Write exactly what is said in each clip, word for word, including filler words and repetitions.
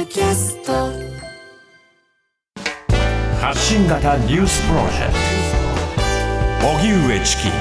キャスト発信型ニュースプロジェクト荻上チキ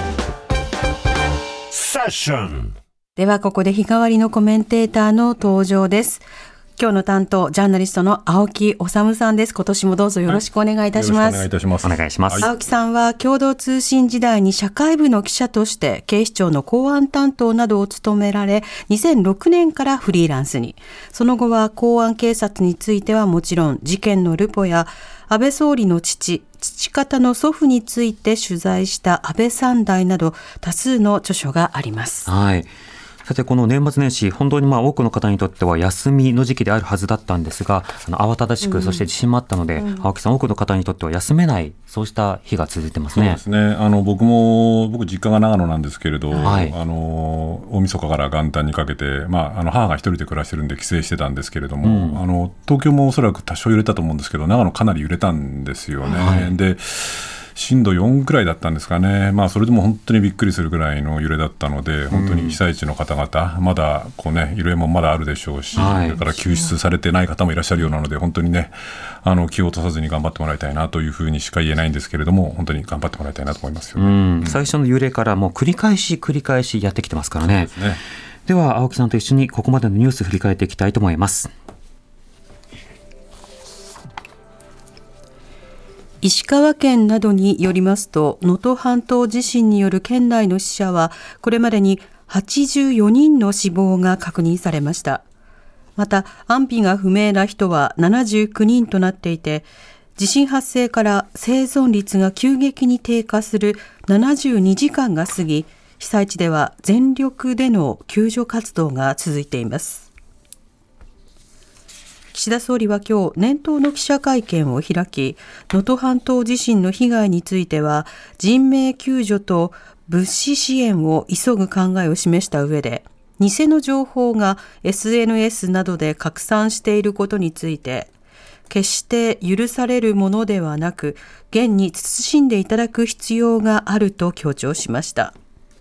セッション。 ではここで日替わりのコメンテーターの登場です。今日の担当ジャーナリストの青木治さんです。今年もどうぞよろしくお願いいたします。 はい、よろしくお願いいたします。 お願いします。 青木さんは共同通信時代に社会部の記者として警視庁の公安担当などを務められ、にせんろくねんからフリーランスに。その後は公安警察についてはもちろん、事件のルポや安倍総理の父、父方の祖父について取材した安倍三代など多数の著書があります。 はい。さて、この年末年始、本当にまあ多くの方にとっては休みの時期であるはずだったんですが、あの慌ただしく、うん、そして地震もあったので、うん、青木さん、多くの方にとっては休めない、そうした日が続いてますね。 そうですね。あの僕も僕実家が長野なんですけれど、はい、あの大晦日から元旦にかけて、まあ、あの母が一人で暮らしてるんで帰省してたんですけれども、うん、あの東京もおそらく多少揺れたと思うんですけど、長野かなり揺れたんですよね。はい、で震度よんくらいだったんですかね。まあ、それでも本当にびっくりするくらいの揺れだったので、本当に被災地の方々、まだこうね、揺れもまだあるでしょうし、はい、それから救出されてない方もいらっしゃるようなので、本当にね、あの気を落とさずに頑張ってもらいたいなというふうにしか言えないんですけれども、本当に頑張ってもらいたいなと思いますよね。 うん、最初の揺れからもう繰り返し繰り返しやってきてますからね。そうですね。では青木さんと一緒にここまでのニュース振り返っていきたいと思います。 石川県などによりますと、能登半島地震による県内の死者はこれまでにはちじゅうよにんの死亡が確認されました。また安否が不明な人はななじゅうきゅうにんとなっていて、地震発生から生存率が急激に低下するななじゅうにじかんが過ぎ、被災地では全力での救助活動が続いています。岸田総理は今日年頭の記者会見を開き、能登半島地震の被害については人命救助と物資支援を急ぐ考えを示した上で、偽の情報が エスエヌエス などで拡散していることについて、決して許されるものではなく、厳に慎んでいただく必要があると強調しました。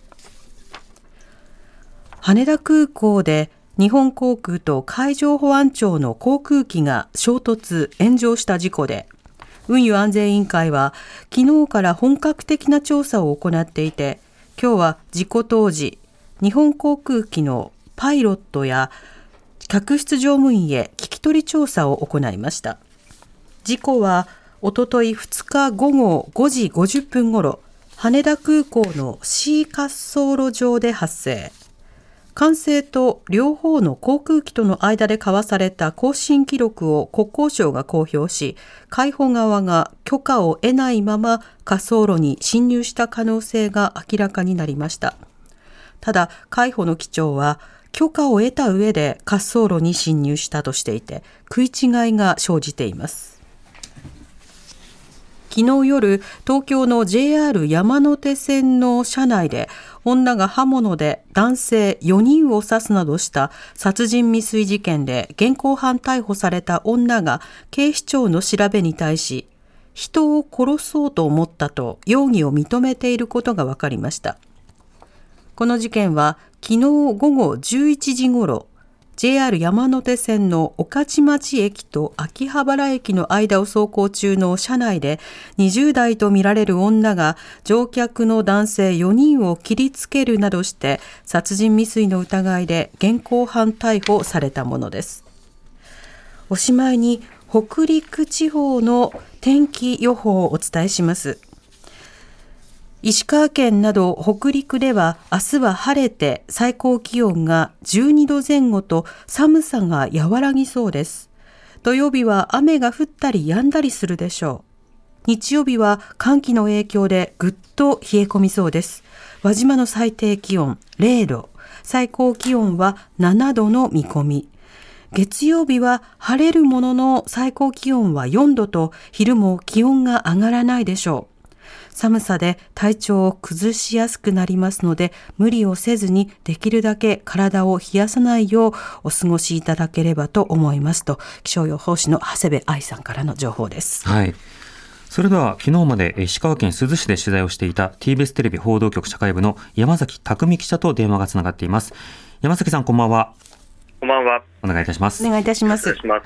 羽田空港で日本航空と海上保安庁の航空機が衝突・炎上した事故で、運輸安全委員会は昨日から本格的な調査を行っていて、今日は事故当時、日本航空機のパイロットや客室乗務員へ聞き取り調査を行いました。事故はおとといふつかごごごじごじゅっぷんごろ、羽田空港の C 滑走路上で発生。管制と両方の航空機との間で交わされた交信記録を国交省が公表し、海保側が許可を得ないまま滑走路に侵入した可能性が明らかになりました。ただ、海保の機長は許可を得た上で滑走路に侵入したとしていて、食い違いが生じています。昨日夜、東京の ジェイアール 山手線の車内で女が刃物で男性よにんを刺すなどした殺人未遂事件で現行犯逮捕された女が警視庁の調べに対し、人を殺そうと思ったと容疑を認めていることが分かりました。この事件は昨日午後じゅういちじごろ、ジェイアール 山手線の御徒町駅と秋葉原駅の間を走行中の車内で、にじゅうだいとみられる女が乗客の男性よにんを切りつけるなどして殺人未遂の疑いで現行犯逮捕されたものです。おしまいに北陸地方の天気予報をお伝えします。石川県など北陸では明日は晴れて最高気温がじゅうにどぜん後と寒さが和らぎそうです。土曜日は雨が降ったり止んだりするでしょう。日曜日は寒気の影響でぐっと冷え込みそうです。輪島の最低気温れいど、最高気温はななどの見込み。月曜日は晴れるものの最高気温はよんどと昼も気温が上がらないでしょう。寒さで体調を崩しやすくなりますので、無理をせずにできるだけ体を冷やさないようお過ごしいただければと思いますと、気象予報士の長谷部愛さんからの情報です。 はい。それでは昨日まで石川県珠洲市で取材をしていた ティービーエス テレビ報道局社会部の山崎匠記者と電話がつながっています。山崎さん、こんばんは。 こんばんは。 お願いいたします。 お願いいたします。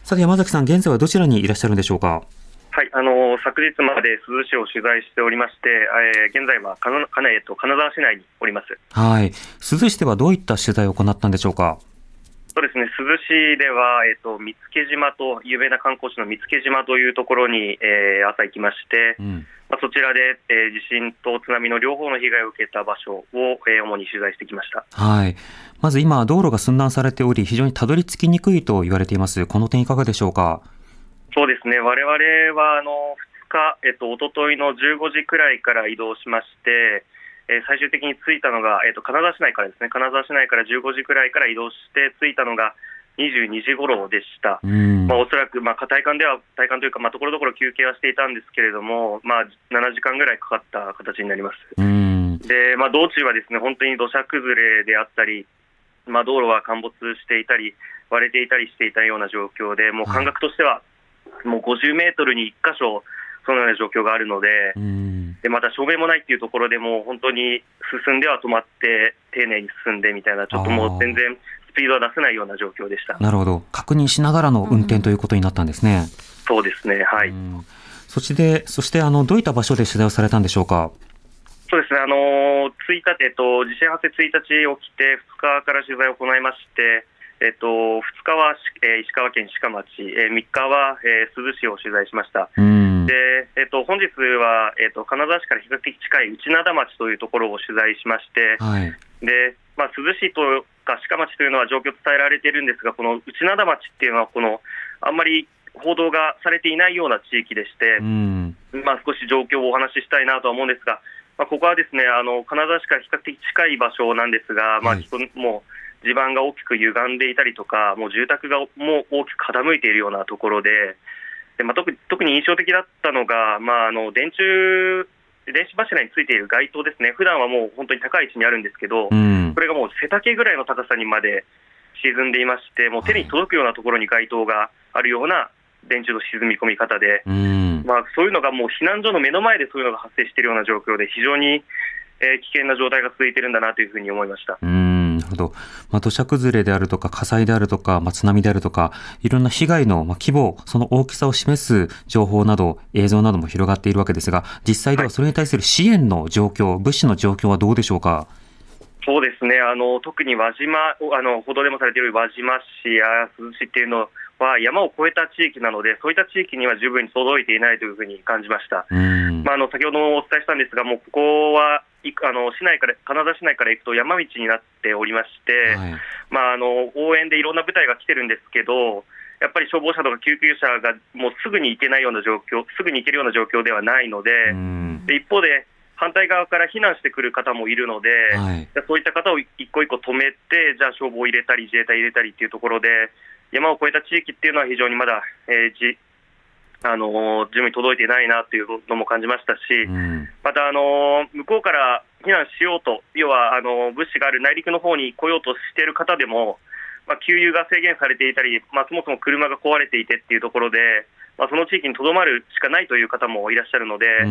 さて山崎さん、現在はどちらにいらっしゃるんでしょうか。 はい、あの昨日まで珠洲市を取材しておりまして、えー、現在は金金,、えっと、金沢市内におります。 はい、珠洲市ではどういった取材を行ったんでしょうか。 そうですね、珠洲市では、えっと、見附島と有名な観光地の見附島というところに、えー、朝行きまして、うんまあ、そちらで、えー、地震と津波の両方の被害を受けた場所を、えー、主に取材してきました。 はい、まず今道路が寸断されており非常にたどり着きにくいと言われています。この点いかがでしょうか。 そうですね、我々はあのふつか、えっと、おとといのじゅうごじくらいから移動しまして、えー、最終的に着いたのが、えっと、金沢市内からですね、金沢市内からじゅうごじくらいから移動して着いたのがにじゅうにじ頃でした。まあ、おそらく、まあ、体感では体感というか、まあ、ところどころ休憩はしていたんですけれども、まあ、ななじかんぐらいかかった形になります。で、まあ、道中はですね、本当に土砂崩れであったり、まあ、道路は陥没していたり割れていたりしていたような状況で、もう感覚としては、はいもうごじゅうメートルにいっか所そのような状況があるの で, でまた照明もないっていうところでもう本当に進んでは止まって丁寧に進んでみたいな、ちょっともう全然スピードは出せないような状況でした。 なるほど、確認しながらの運転ということになったんですね。うん、 そうですね、はい。 そしてそしてあのどういった場所で取材をされたんでしょうか。 そうですね、あのついたて、えっと、地震発生ついたち起きてふつかから取材を行いまして、えっと、ふつかは、えー、石川県志賀町、えー、みっかは、えー、珠洲市を取材しました。で、えっと、本日は、えっと、金沢市から比較的近い内灘町というところを取材しまして、はい、でまあ、珠洲市とか志賀町というのは状況伝えられているんですが、この内灘町っていうのはこのあんまり報道がされていないような地域でして、まあ、少し状況をお話ししたいなとは思うんですが、まあ、ここはですね、あの金沢市から比較的近い場所なんですが、まあ、もう地盤が大きく歪んでいたりとか、もう住宅がもう大きく傾いているようなところで、で、まあ、特, 特に印象的だったのが、まあ、あの電柱電子柱についている街灯ですね。普段はもう本当に高い位置にあるんですけど、うん、これがもう背丈ぐらいの高さにまで沈んでいまして、もう手に届くようなところに街灯があるような電柱の沈み込み方で、うんまあ、そういうのがもう避難所の目の前でそういうのが発生しているような状況で、非常に、えー、危険な状態が続いているんだなというふうに思いました。 うんなるほど、まあ、土砂崩れであるとか火災であるとか、まあ、津波であるとかいろんな被害の、まあ、規模、その大きさを示す情報など映像なども広がっているわけですが、実際ではそれに対する支援の状況、はい、物資の状況はどうでしょうか。 そうですね、あの特に輪島あの報道でもされている輪島市や珠洲市っていうのは山を越えた地域なので、そういった地域には十分に届いていないというふうに感じました。まあ、あの先ほどもお伝えしたんですが、もうここはあの市内から金沢市内から行くと山道になっておりまして、はいまあ、あの応援でいろんな部隊が来てるんですけど、やっぱり消防車とか救急車がもうすぐに行けないような状況、すぐに行けるような状況ではないの で, で一方で反対側から避難してくる方もいるので、はい、そういった方を一個一個止めて、じゃあ消防を入れたり自衛隊入れたりっていうところで、山を越えた地域っていうのは非常にまだ、えーじあのー、準備届いていないなというのも感じましたし、うん、また、あのー、向こうから避難しようと、要はあのー、物資がある内陸の方に来ようとしている方でも、まあ、給油が制限されていたり、まあ、そもそも車が壊れていてっていうところで、まあ、その地域にとどまるしかないという方もいらっしゃるので、うん、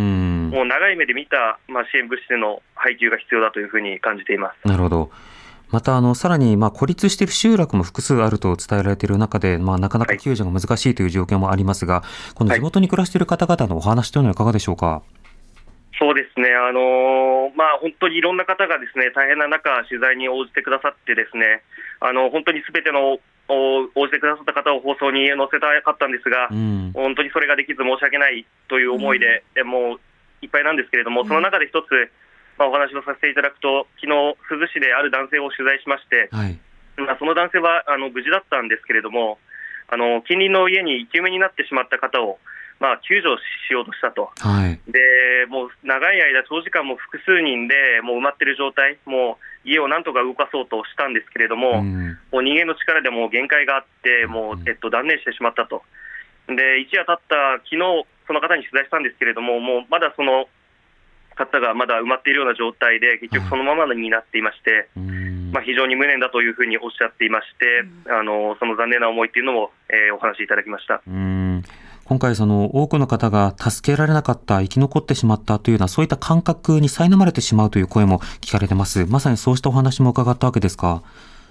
もう長い目で見た、まあ、支援物資での配給が必要だというふうに感じています。 なるほど。またあのさらにまあ孤立している集落も複数あると伝えられている中で、まあ、なかなか救助が難しいという状況もありますが、はい、この地元に暮らしている方々のお話というのはいかがでしょうか。はい、 そうですね、あのーまあ、本当にいろんな方がですね、大変な中取材に応じてくださってですね、あの本当にすべての応じてくださった方を放送に載せたかったんですが、うん、本当にそれができず申し訳ないという思いで、うん、もういっぱいなんですけれども、その中で一つ、まあ、お話をさせていただくと、昨日珠洲市である男性を取材しまして、はいまあ、その男性はあの無事だったんですけれども、あの近隣の家に生き埋めになってしまった方を、まあ、救助しようとしたと、はい、でもう長い間長時間も複数人でもう埋まっている状態、もう家をなんとか動かそうとしたんですけれども、うん、もう人間の力でもう限界があってもう、えっと、断念してしまったと。で一夜経った昨日その方に取材したんですけれども、もうまだその方がまだ埋まっているような状態で結局そのままになっていまして、はいまあ、非常に無念だというふうにおっしゃっていまして、うん、あのその残念な思いというのも、えー、お話しいただきました。 うん今回その多くの方が助けられなかった、生き残ってしまったというようなそういった感覚に苛まれてしまうという声も聞かれてます。まさにそうしたお話も伺ったわけですか。 そ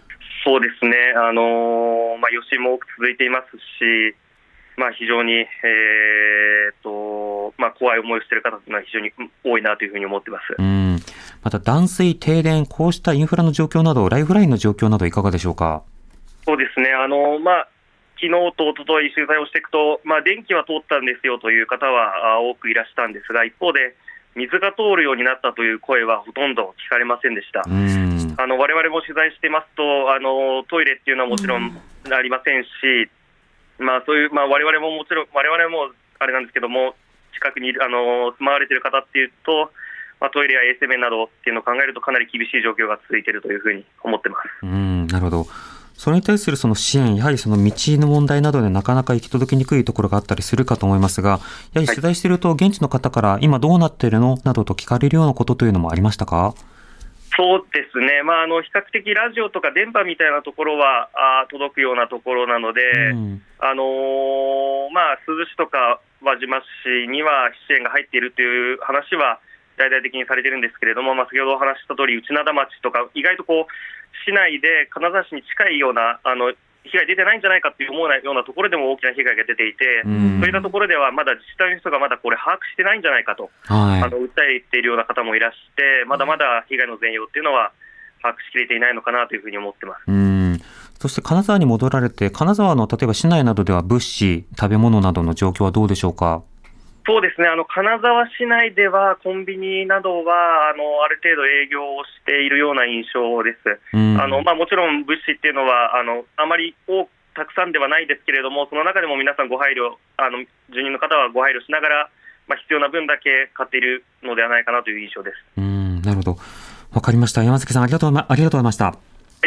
そうですね、あのーまあ、余震も多く続いていますし、まあ、非常に、えーとまあ、怖い思いをしている方というのは非常に多いなというふうに思っています。 うん、また断水、停電、こうしたインフラの状況など、ライフラインの状況などいかがでしょうか。 そうですね、あのまあ、昨日と一昨日取材をしていくと、まあ、電気は通ったんですよという方は多くいらしたんですが、一方で水が通るようになったという声はほとんど聞かれませんでした。 うんあの我々も取材していますと、あのトイレっていうのはもちろんありませんし、まあ、そういう、まあ、我々ももちろん我々もあれなんですけども、近くにあの住まわれている方っていうと、まあ、トイレや衛生面などっていうのを考えるとかなり厳しい状況が続いているというふうに思ってます。 うん、なるほど。それに対するその支援、やはりその道の問題などでなかなか行き届きにくいところがあったりするかと思いますが、やはり取材していると現地の方から今どうなっているのなどと聞かれるようなことというのもありましたか。 そうですね、まあ、あの比較的ラジオとか電波みたいなところはあ届くようなところなので、うんあのーまあ、珠洲市とか輪島市には支援が入っているという話は大々的にされているんですけれども、まあ、先ほどお話しした通り内灘町とか意外とこう市内で金沢市に近いようなあの被害出てないんじゃないかという思うようなところでも大きな被害が出ていて、そういったところではまだ自治体の人がまだこれ把握してないんじゃないかと、はい、あの訴えているような方もいらして、まだまだ被害の全容というのは把握しきれていないのかなというふうに思ってます。 うん、そして金沢に戻られて、金沢の例えば市内などでは物資、食べ物などの状況はどうでしょうか。 そうですね、あの金沢市内ではコンビニなどはあのある程度営業をしているような印象です。あの、まあ、もちろん物資っていうのはあのあまり多くたくさんではないですけれども、その中でも皆さんご配慮、あの住人の方はご配慮しながら、まあ、必要な分だけ買っているのではないかなという印象です。 うん、なるほど、わかりました。山崎さん、ありがとう、ありがとうございました。 はい、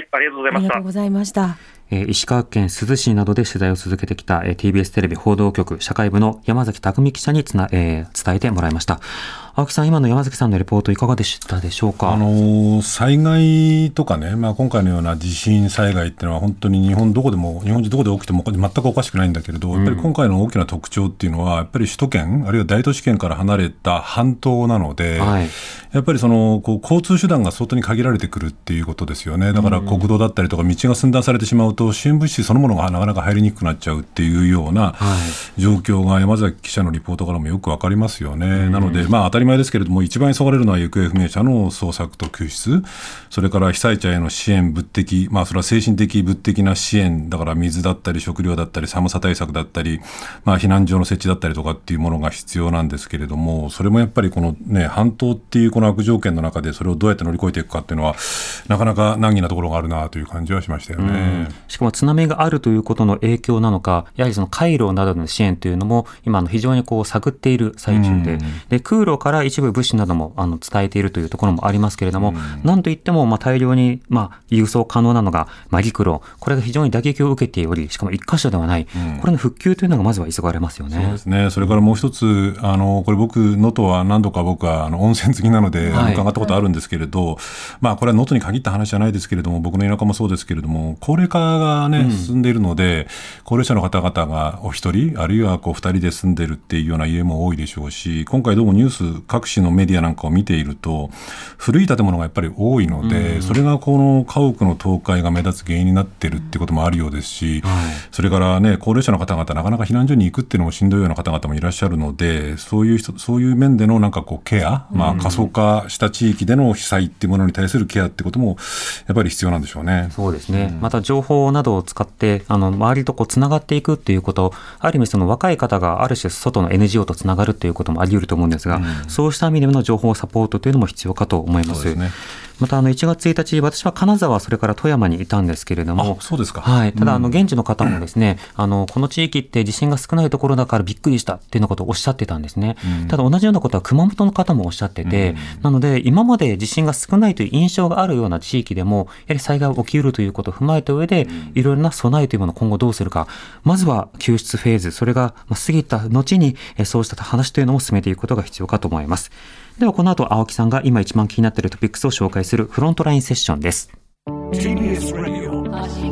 ありがとうございました。 ありがとうございました。 えー、石川県珠洲市などで取材を続けてきた、えー、ティービーエス テレビ報道局社会部の山崎匠記者につな、えー、伝えてもらいました。青木さん、今の山崎さんのレポートいかがでしたでしょうか。 あの災害とかね、まあ、今回のような地震災害っていうのは本当に日本どこでも日本中どこで起きても全くおかしくないんだけれど、やっぱり今回の大きな特徴っていうのはやっぱり首都圏あるいは大都市圏から離れた半島なので、はい、やっぱりそのこう交通手段が相当に限られてくるっていうことですよね。だから国道だったりとか道が寸断されてしまうと支援物資そのものがなかなか入りにくくなっちゃうっていうような状況が山崎記者のリポートからもよくわかりますよね。なので、まあ、当たり前ですけれども一番急がれるのは行方不明者の捜索と救出、それから被災者への支援、物的、まあ、それは精神的物的な支援だから水だったり食料だったり寒さ対策だったり、まあ、避難所の設置だったりとかっていうものが必要なんですけれども、それもやっぱりこの、ね、半島っていうこの悪条件の中でそれをどうやって乗り越えていくかっていうのはなかなか難儀なところがあるなという感じはしましたよね。 しかも津波があるということの影響なのか、やはりその回廊などの支援というのも今の非常にこう探っている最中で、で空路から一部物資などもあの伝えているというところもありますけれども、なんといってもまあ大量にまあ輸送可能なのがまあ陸路、これが非常に打撃を受けており、しかも一箇所ではない、これの復旧というのがまずは急がれますよね。 そうですね。それからもう一つ、あのこれ僕能登は何度か僕はあの温泉好きなので、はい、伺ったことあるんですけれど、まあこれは能登に限った話じゃないですけれども、僕の田舎もそうですけれども、高齢化がね、うん、進んでいるので、高齢者の方々がお一人あるいはこう二人で住んでるっていうような家も多いでしょうし、今回どうもニュース各種のメディアなんかを見ていると古い建物がやっぱり多いので、うん、それがこの家屋の倒壊が目立つ原因になっているってこともあるようですし、はい、それからね、高齢者の方々なかなか避難所に行くっていうのもしんどいような方々もいらっしゃるので、そういう人、そういう面でのなんかこうケア、まあ、過疎化した地域での被災っていうものに対するケアってこともやっぱり必要なんでしょうね。 そうですね、うん、また情報などを使ってあの周りとこうつながっていくっていうこと、ある意味その若い方がある種外の エヌジーオー とつながるということもあり得ると思うんですが、うん、そうした意味での情報サポートというのも必要かと思います。そうですね。またあのいちがつついたち、私は金沢それから富山にいたんですけれども、 あ、そうですか。 はい、ただあの現地の方もですね、うん、あのこの地域って地震が少ないところだからびっくりしたっていうようなことをおっしゃってたんですね、うん、ただ同じようなことは熊本の方もおっしゃってて、うん、なので今まで地震が少ないという印象があるような地域でもやはり災害が起きうるということを踏まえた上で、うん、いろいろな備えというものを今後どうするか、まずは救出フェーズ、それが過ぎた後にそうした話というのも進めていくことが必要かと思います。ではこの後青木さんが今一番気になっているトピックスを紹介するフロントラインセッションです。 ティービーエス ラジオ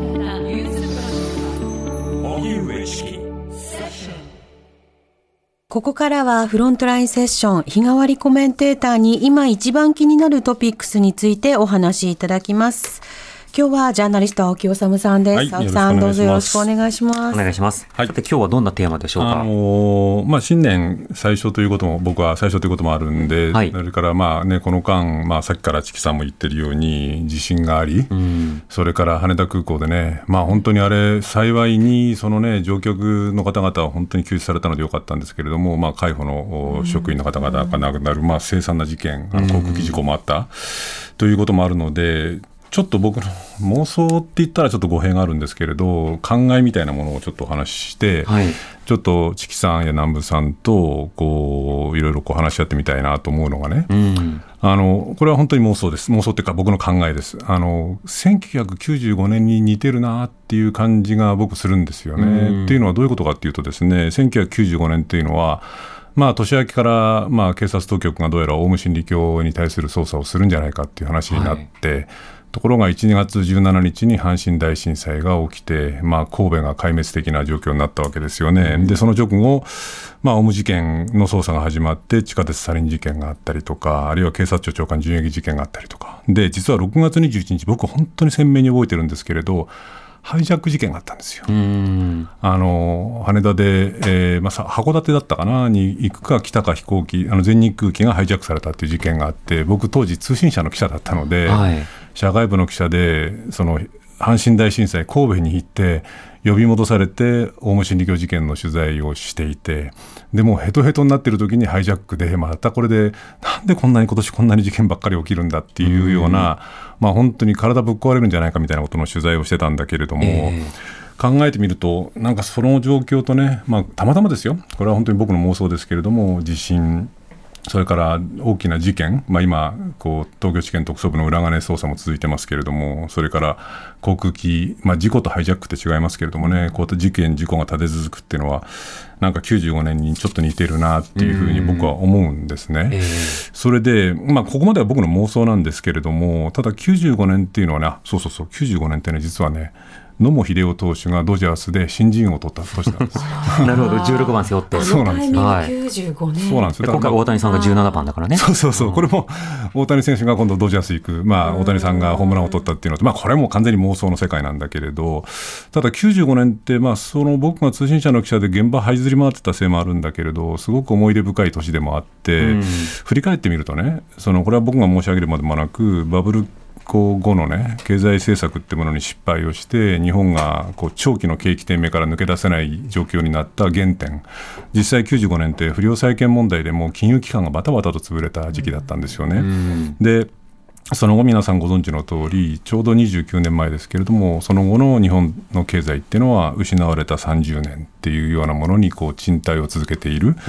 ここからはフロントラインセッション、日替わりコメンテーターに今一番気になるトピックスについてお話しいただきます。 今日はジャーナリスト青木治さんです。 はい、 青木さん、どうぞよろしくお願いします。 お願いします。 はい、 さて今日はどんなテーマでしょうか。 あのーまあ、新年最初ということも僕は最初ということもあるんで、はい、それからまあ、ね、この間、まあ、さっきからチキさんも言ってるように地震があり、うん、それから羽田空港でね、まあ、本当にあれ幸いにその、ね、乗客の方々は本当に救出されたのでよかったんですけれども、まあ、海保の職員の方々が亡くなる、まあ、凄惨な事件、あの航空機事故もあった、うん、ということもあるので、ちょっと僕の妄想って言ったらちょっと語弊があるんですけれど、考えみたいなものをちょっとお話しして、はい、ちょっとチキさんや南部さんとこういろいろこう話し合ってみたいなと思うのがね、うん、あのこれは本当に妄想です。妄想っていうか僕の考えです。あのせんきゅうひゃくきゅうじゅうごねんに似てるなっていう感じが僕するんですよね、うん、っていうのはどういうことかっていうとですね、せんきゅうひゃくきゅうじゅうごねんっていうのはまあ、年明けから、まあ、警察当局がどうやらオウム真理教に対する捜査をするんじゃないかっていう話になって、はい、ところがいちがつじゅうしちにちに阪神大震災が起きて、まあ、神戸が壊滅的な状況になったわけですよね、うん、でその直後、まあ、オウム事件の捜査が始まって地下鉄サリン事件があったりとか、あるいは警察庁長官銃撃事件があったりとかで、実はろくがつにじゅういちにち僕本当に鮮明に覚えてるんですけれど、ハイジャック事件があったんですよ。うんあの羽田で、えーまあ、函館だったかなに行くか来たか飛行機、あの全日空機がハイジャックされたという事件があって、僕当時通信社の記者だったので、はい、社外部の記者でその阪神大震災神戸に行って呼び戻されてオウム真理教事件の取材をしていて、でもうヘトヘトになっている時にハイジャックで、またこれでなんでこんなに今年こんなに事件ばっかり起きるんだっていうような、まあ、本当に体ぶっ壊れるんじゃないかみたいなことの取材をしてたんだけれども、えー、考えてみるとなんかその状況とね、まあ、たまたまですよ、これは本当に僕の妄想ですけれども、地震それから大きな事件、まあ、今こう東京地検特捜部の裏金捜査も続いてますけれども、それから航空機、まあ、事故とハイジャックって違いますけれどもね、こういった事件事故が立て続くっていうのはなんかきゅうじゅうごねんにちょっと似てるなっていうふうに僕は思うんですね、えー、それで、まあ、ここまでは僕の妄想なんですけれども、ただきゅうじゅうごねんっていうのはね、そうそうそうきゅうじゅうごねんってね、実はね野茂英雄投手がドジャースで新人王を取った年なんですよなるほど、じゅうろくばん背負って、 そうなんですよ、はい、きゅうじゅうごねん、 そうなんですよ。今回大谷さんがじゅうななばんだからね。 そうそうそう、これも大谷選手が今度ドジャース行く、まあ、大谷さんがホームランを取ったっていうのと、まあ、これも完全に妄想の世界なんだけれど、ただきゅうじゅうごねんって、まあ、その僕が通信社の記者で現場這いずり回ってたせいもあるんだけれど、すごく思い出深い年でもあって、うん、振り返ってみるとね、そのこれは僕が申し上げるまでもなく、バブル後の、ね、経済政策ってものに失敗をして日本がこう長期の景気低迷から抜け出せない状況になった原点、実際きゅうじゅうごねんって不良債権問題でもう金融機関がバタバタと潰れた時期だったんですよね、うん、でその後皆さんご存知の通りちょうどにじゅうきゅうねんまえですけれども、その後の日本の経済っていうのは失われたさんじゅうねんっていうようなものにこう沈滞を続けている、うん、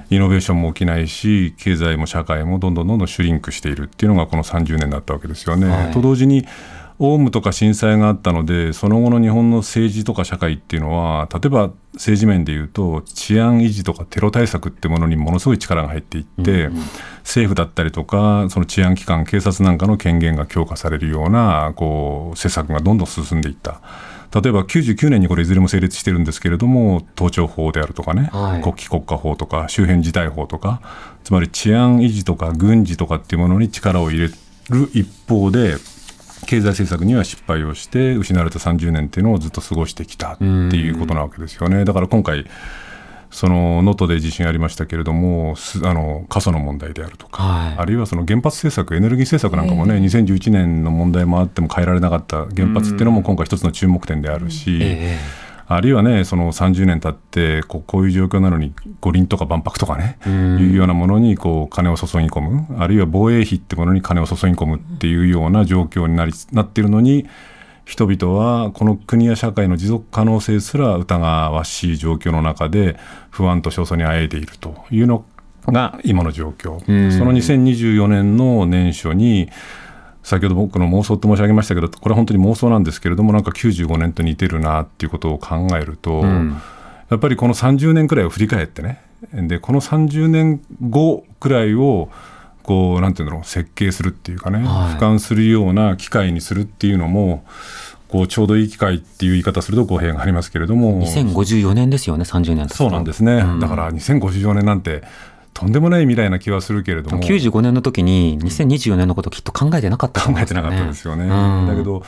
イノベーションも起きないし経済も社会もどんどんどんどんシュリンクしているっていうのがこのさんじゅうねんだったわけですよね、はい、と同時にオウムとか震災があったので、その後の日本の政治とか社会っていうのは、例えば政治面でいうと治安維持とかテロ対策ってものにものすごい力が入っていって、うんうん、政府だったりとかその治安機関警察なんかの権限が強化されるようなこう施策がどんどん進んでいった。例えばきゅうじゅうきゅうねんにこれいずれも成立してるんですけれども、盗聴法であるとかね、はい、国旗国家法とか周辺事態法とか、つまり治安維持とか軍事とかっていうものに力を入れる一方で経済政策には失敗をして失われたさんじゅうねんっていうのをずっと過ごしてきたっていうことなわけですよね。だから今回その能登で地震ありましたけれども、あの過疎の問題であるとか、はい、あるいはその原発政策エネルギー政策なんかもね、えー、にせんじゅういちねんの問題もあっても変えられなかった原発っていうのも今回一つの注目点であるし、えーあるいはね、そのさんじゅうねん経ってこう、こういう状況なのに五輪とか万博とかね、いうようなものにこう金を注ぎ込む、あるいは防衛費ってものに金を注ぎ込むっていうような状況になりなっているのに、人々はこの国や社会の持続可能性すら疑わしい状況の中で不安と焦燥にあえいでいるというのが今の状況。そのにせんにじゅうよねんの年初に先ほど僕の妄想と申し上げましたけど、これは本当に妄想なんですけれども、なんかきゅうじゅうごねんと似てるなっていうことを考えると、うん、やっぱりこのさんじゅうねんくらいを振り返ってね、でこのさんじゅうねんごくらいをこうなんていうんだろう、設計するっていうかね、はい、俯瞰するような機会にするっていうのもこうちょうどいい機会っていう言い方すると語弊がありますけれども、 にせんごじゅうよねんですよね、さんじゅうねん。 そうなんですね、うん、だからにせんごじゅうよねんなんてとんでもない未来な気はするけれども、 きゅうじゅうごねんの時ににせんにじゅうよねんのこときっと考えてなかった、 ね、考えてなかったですよね、うん、だけど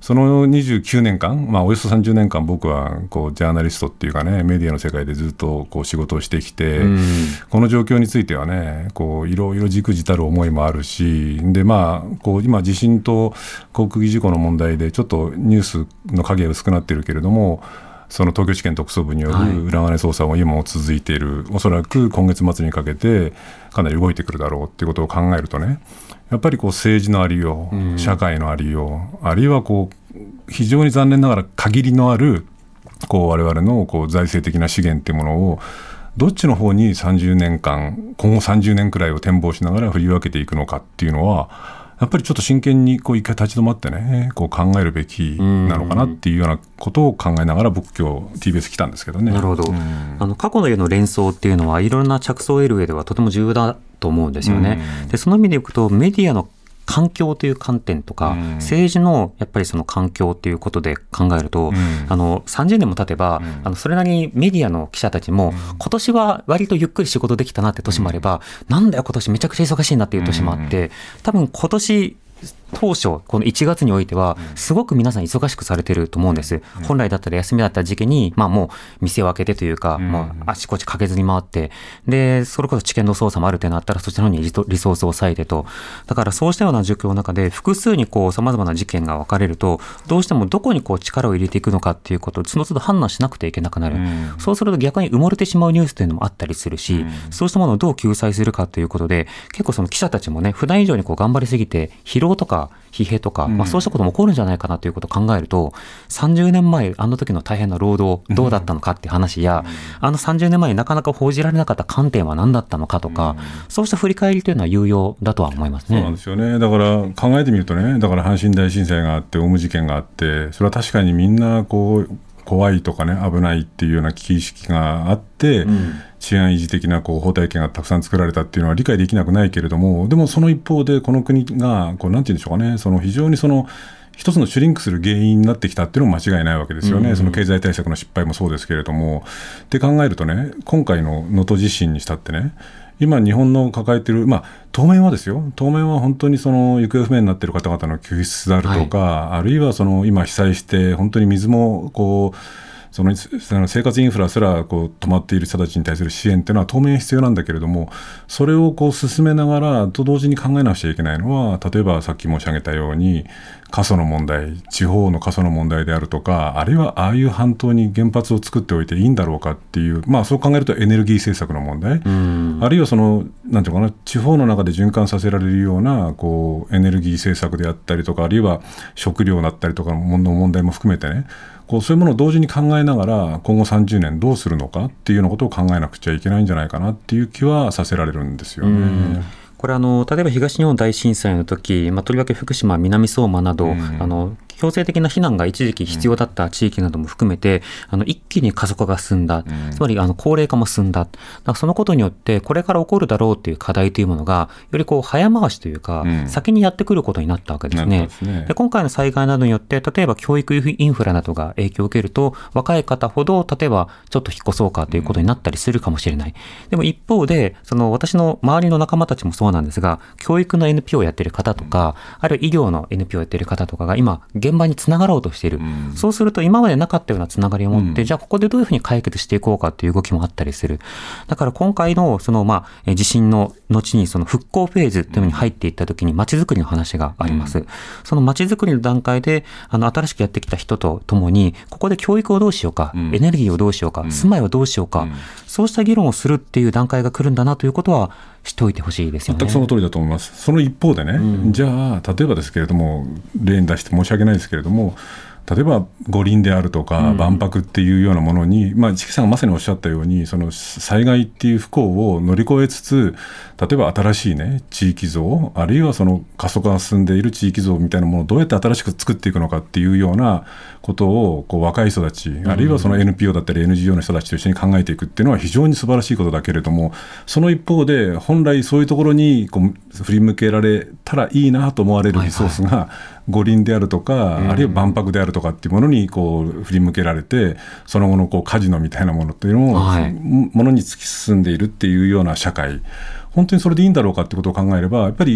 そのにじゅうきゅうねんかん、まあ、およそさんじゅうねんかん僕はこうジャーナリストっていうかね、メディアの世界でずっとこう仕事をしてきて、うん、この状況についてはね、こういろいろじくじたる思いもあるし、で、まあ、こう今地震と航空機事故の問題でちょっとニュースの影が薄くなっているけれども、その東京地検特捜部による裏金捜査も今も続いている、はい、おそらく今月末にかけてかなり動いてくるだろうということを考えるとね、やっぱりこう政治のありよう、うん、社会のありよう、あるいはこう非常に残念ながら限りのあるこう我々のこう財政的な資源というものをどっちの方にさんじゅうねんかん、今後さんじゅうねんくらいを展望しながら振り分けていくのかっていうのは、やっぱりちょっと真剣にこう一回立ち止まってね、こう考えるべきなのかなっていうようなことを考えながら僕今日 ティービーエス 来たんですけどね。 なるほど。あの過去のへの連想っていうのはいろんな着想を得る上ではとても重要だと思うんですよね。でその意味でいくとメディアの環境という観点とか、うん、政治のやっぱりその環境ということで考えると、うん、あのさんじゅうねんも経てば、うん、あのそれなりにメディアの記者たちも、うん、今年は割とゆっくり仕事できたなって年もあれば、うん、なんだよ今年めちゃくちゃ忙しいなっていう年もあって、うん、多分今年当初このいちがつにおいてはすごく皆さん忙しくされてると思うんです、うん、本来だったら休みだった時期に、まあ、もう店を開けてというか、うん、まあ、あちこち駆けずに回ってでそれこそ知見の捜査もある程度あったらそちらの方にリソースを割いてと、だからそうしたような状況の中で複数にこう様々な事件が分かれるとどうしてもどこにこう力を入れていくのかっていうことをその都度判断しなくてはいけなくなる、うん、そうすると逆に埋もれてしまうニュースというのもあったりするし、うん、そうしたものをどう救済するかということで結構その記者たちもね普段以上にこう頑張りすぎて疲労とか疲弊とか、まあ、そうしたことも起こるんじゃないかなということを考えると、さんじゅうねんまえあの時の大変な労働どうだったのかっていう話や、あのさんじゅうねんまえになかなか報じられなかった観点は何だったのかとか、そうした振り返りというのは有用だとは思いますね。 そうなんですよね。だから考えてみるとね、だから阪神大震災があってオウム事件があって、それは確かにみんなこう怖いとかね危ないっていうような危機意識があって、うん、治安維持的なこう法体系がたくさん作られたっていうのは理解できなくないけれども、でもその一方でこの国がこうなんて言うんでしょうかね、その非常にその一つのシュリンクする原因になってきたっていうのも間違いないわけですよね、うん、その経済対策の失敗もそうですけれども。って考えるとね、今回の能登地震にしたってね、今日本の抱えている、まあ、当面はですよ、当面は本当にその行方不明になっている方々の救出であるとか、はい、あるいはその今被災して本当に水もこうその生活インフラすらこう止まっている人たちに対する支援というのは当面必要なんだけれども、それをこう進めながらと同時に考えなくちゃいけないのは、例えばさっき申し上げたように過疎の問題、地方の過疎の問題であるとか、あるいはああいう半島に原発を作っておいていいんだろうかっていう、まあ、そう考えるとエネルギー政策の問題、あるいはそのなんていうかな、地方の中で循環させられるようなこうエネルギー政策であったりとか、あるいは食料だったりとかの問題も含めてね、こうそういうものを同時に考えながら今後さんじゅうねんどうするのかっていうようなことを考えなくちゃいけないんじゃないかなっていう気はさせられるんですよね。 これあの例えば東日本大震災の時、まあ、とりわけ福島、南相馬など、うん、あの強制的な避難が一時期必要だった地域なども含めて、うん、あの一気に過疎化が進んだ、うん、つまりあの高齢化も進んだ。だからそのことによってこれから起こるだろうという課題というものがよりこう早回しというか、うん、先にやってくることになったわけですね。ですね。で今回の災害などによって例えば教育インフラなどが影響を受けると若い方ほど例えばちょっと引っ越そうかということになったりするかもしれない。うん、でも一方でその私の周りの仲間たちもそうなんですが、教育の エヌピーオー をやっている方とか、あるいは医療の エヌピーオー をやっている方とかが今現場につながろうとしている、うん、そうすると今までなかったようなつながりを持って、うん、じゃあここでどういうふうに解決していこうかという動きもあったりする。だから今回のそのまあ地震の後にその復興フェーズというのに入っていった時に街づくりの話があります。うん、その街づくりの段階であの新しくやってきた人とともにここで教育をどうしようか、うん、エネルギーをどうしようか、うん、住まいをどうしようか、うん、そうした議論をするっていう段階が来るんだなということは知っておいてほしいですよね。 全くその通りだと思います。その一方でね、うん、じゃあ例えばですけれども、例に出して申し訳ないですけれども、例えば五輪であるとか万博っていうようなものに、うん、まあ、チキさんがまさにおっしゃったようにその災害っていう不幸を乗り越えつつ、例えば新しい、ね、地域像、あるいはその過疎化が進んでいる地域像みたいなものをどうやって新しく作っていくのかっていうようなことをこう若い人たち、あるいはその エヌピーオー だったり エヌジーオー の人たちと一緒に考えていくっていうのは非常に素晴らしいことだけれども、その一方で本来そういうところにこう振り向けられたらいいなと思われるリソースが、はいはい、五輪であるとか、あるいは万博であるとかっていうものにこう振り向けられて、その後のこうカジノみたいなものというのを、はい、ものに突き進んでいるっていうような社会、本当にそれでいいんだろうかってことを考えれば、やっぱり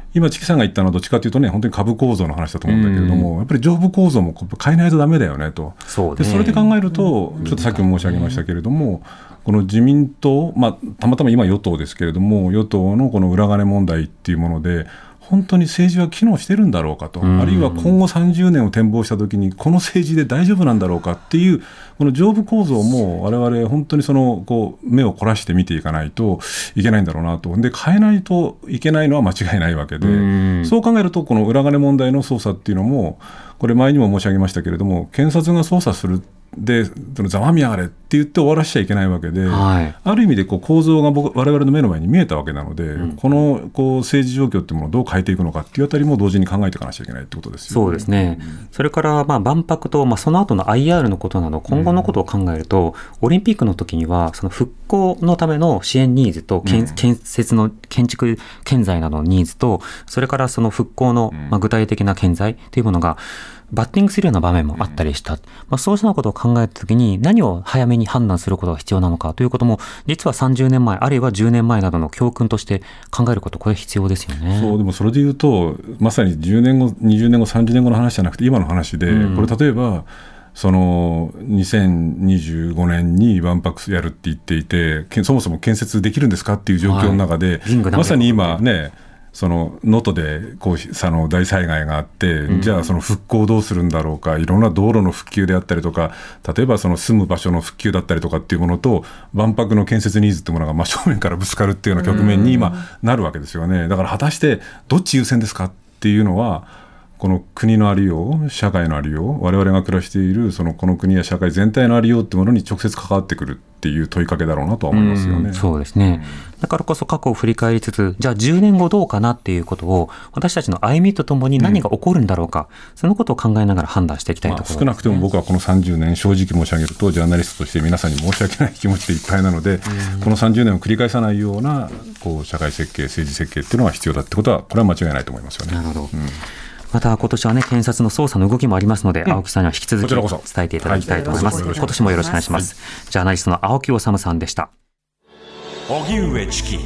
今チキさんが言ったのはどっちかというとね本当に株構造の話だと思うんだけれども、やっぱり上部構造も変えないとダメだよねと。そうね、でそれで考えると、ちょっとさっきも申し上げましたけれども、この自民党、まあ、たまたま今与党ですけれども、与党のこの裏金問題っていうもので本当に政治は機能してるんだろうかと、あるいは今後さんじゅうねんを展望したときにこの政治で大丈夫なんだろうかっていうこの上部構造も我々本当にそのこう目を凝らして見ていかないといけないんだろうなと。で変えないといけないのは間違いないわけで、うそう考えるとこの裏金問題の捜査っていうのもこれ前にも申し上げましたけれども、検察が捜査するでざまみやがれって言って終わらせちゃいけないわけで、はい、ある意味でこう構造が僕我々の目の前に見えたわけなので、うん、このこう政治状況っていうものをどう変えていくのかっていうあたりも同時に考えていかなきゃいけないってことですよね。 そうですね、うん、それからまあ万博と、まあ、その後の アイアール のことなど今後のことを考えると、うん、オリンピックの時にはその復興のための支援ニーズと、うん、建設の建築建材などのニーズと、それからその復興のまあ具体的な建材というものがバッティングするような場面もあったりした、うんまあ、そうしたことを考えたときに何を早めに判断することが必要なのかということも実はさんじゅうねんまえあるいはじゅうねんまえなどの教訓として考えること、これ必要ですよね。 そうでもそれで言うとまさにじゅうねんごにじゅうねんごさんじゅうねんごの話じゃなくて今の話で、うん、これ例えばそのにせんにじゅうごねんに万博やるって言っていてそもそも建設できるんですかっていう状況の中で、はい、まさに今ねその能登でこうその大災害があって、うん、じゃあその復興どうするんだろうか、いろんな道路の復旧であったりとか、例えばその住む場所の復旧だったりとかっていうものと万博の建設ニーズっていうものが真正面からぶつかるっていうような局面に今なるわけですよね。だから果たしてどっち優先ですかっていうのはこの国のありよう、社会のありよう、我々が暮らしているそのこの国や社会全体のありようっていうものに直接関わってくるっていう問いかけだろうなとは思いますよね。 うそうですね、うん、だからこそ過去を振り返りつつ、じゃあじゅうねんごどうかなっていうことを私たちの歩みとともに何が起こるんだろうか、うん、そのことを考えながら判断していきたいところですね。 まあ、少なくても僕はこのさんじゅうねん正直申し上げるとジャーナリストとして皆さんに申し訳ない気持ちでいっぱいなので、うん、このさんじゅうねんを繰り返さないようなこう社会設計政治設計っていうのが必要だってことはこれは間違いないと思いますよね。 なるほど、うんまた今年はね検察の捜査の動きもありますので、うん、青木さんには引き続き伝えていただきたいと思います、はい、今年もよろしくお願いします、はい、ジャーナリストの青木治さんでした。 荻上チキ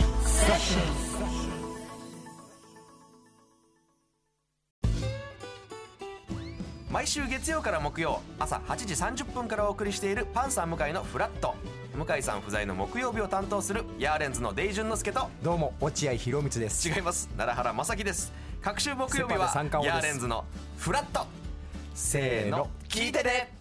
毎週月曜から木曜朝はちじさんじゅっぷんからお送りしているパンサー向井のフラット。向井さん不在の木曜日を担当するヤーレンズのデイジュンの之介と、 どうも落合博満です。 違います、奈良原正樹です。各週木曜日はヤーレンズのフラット。せーの聞いてね。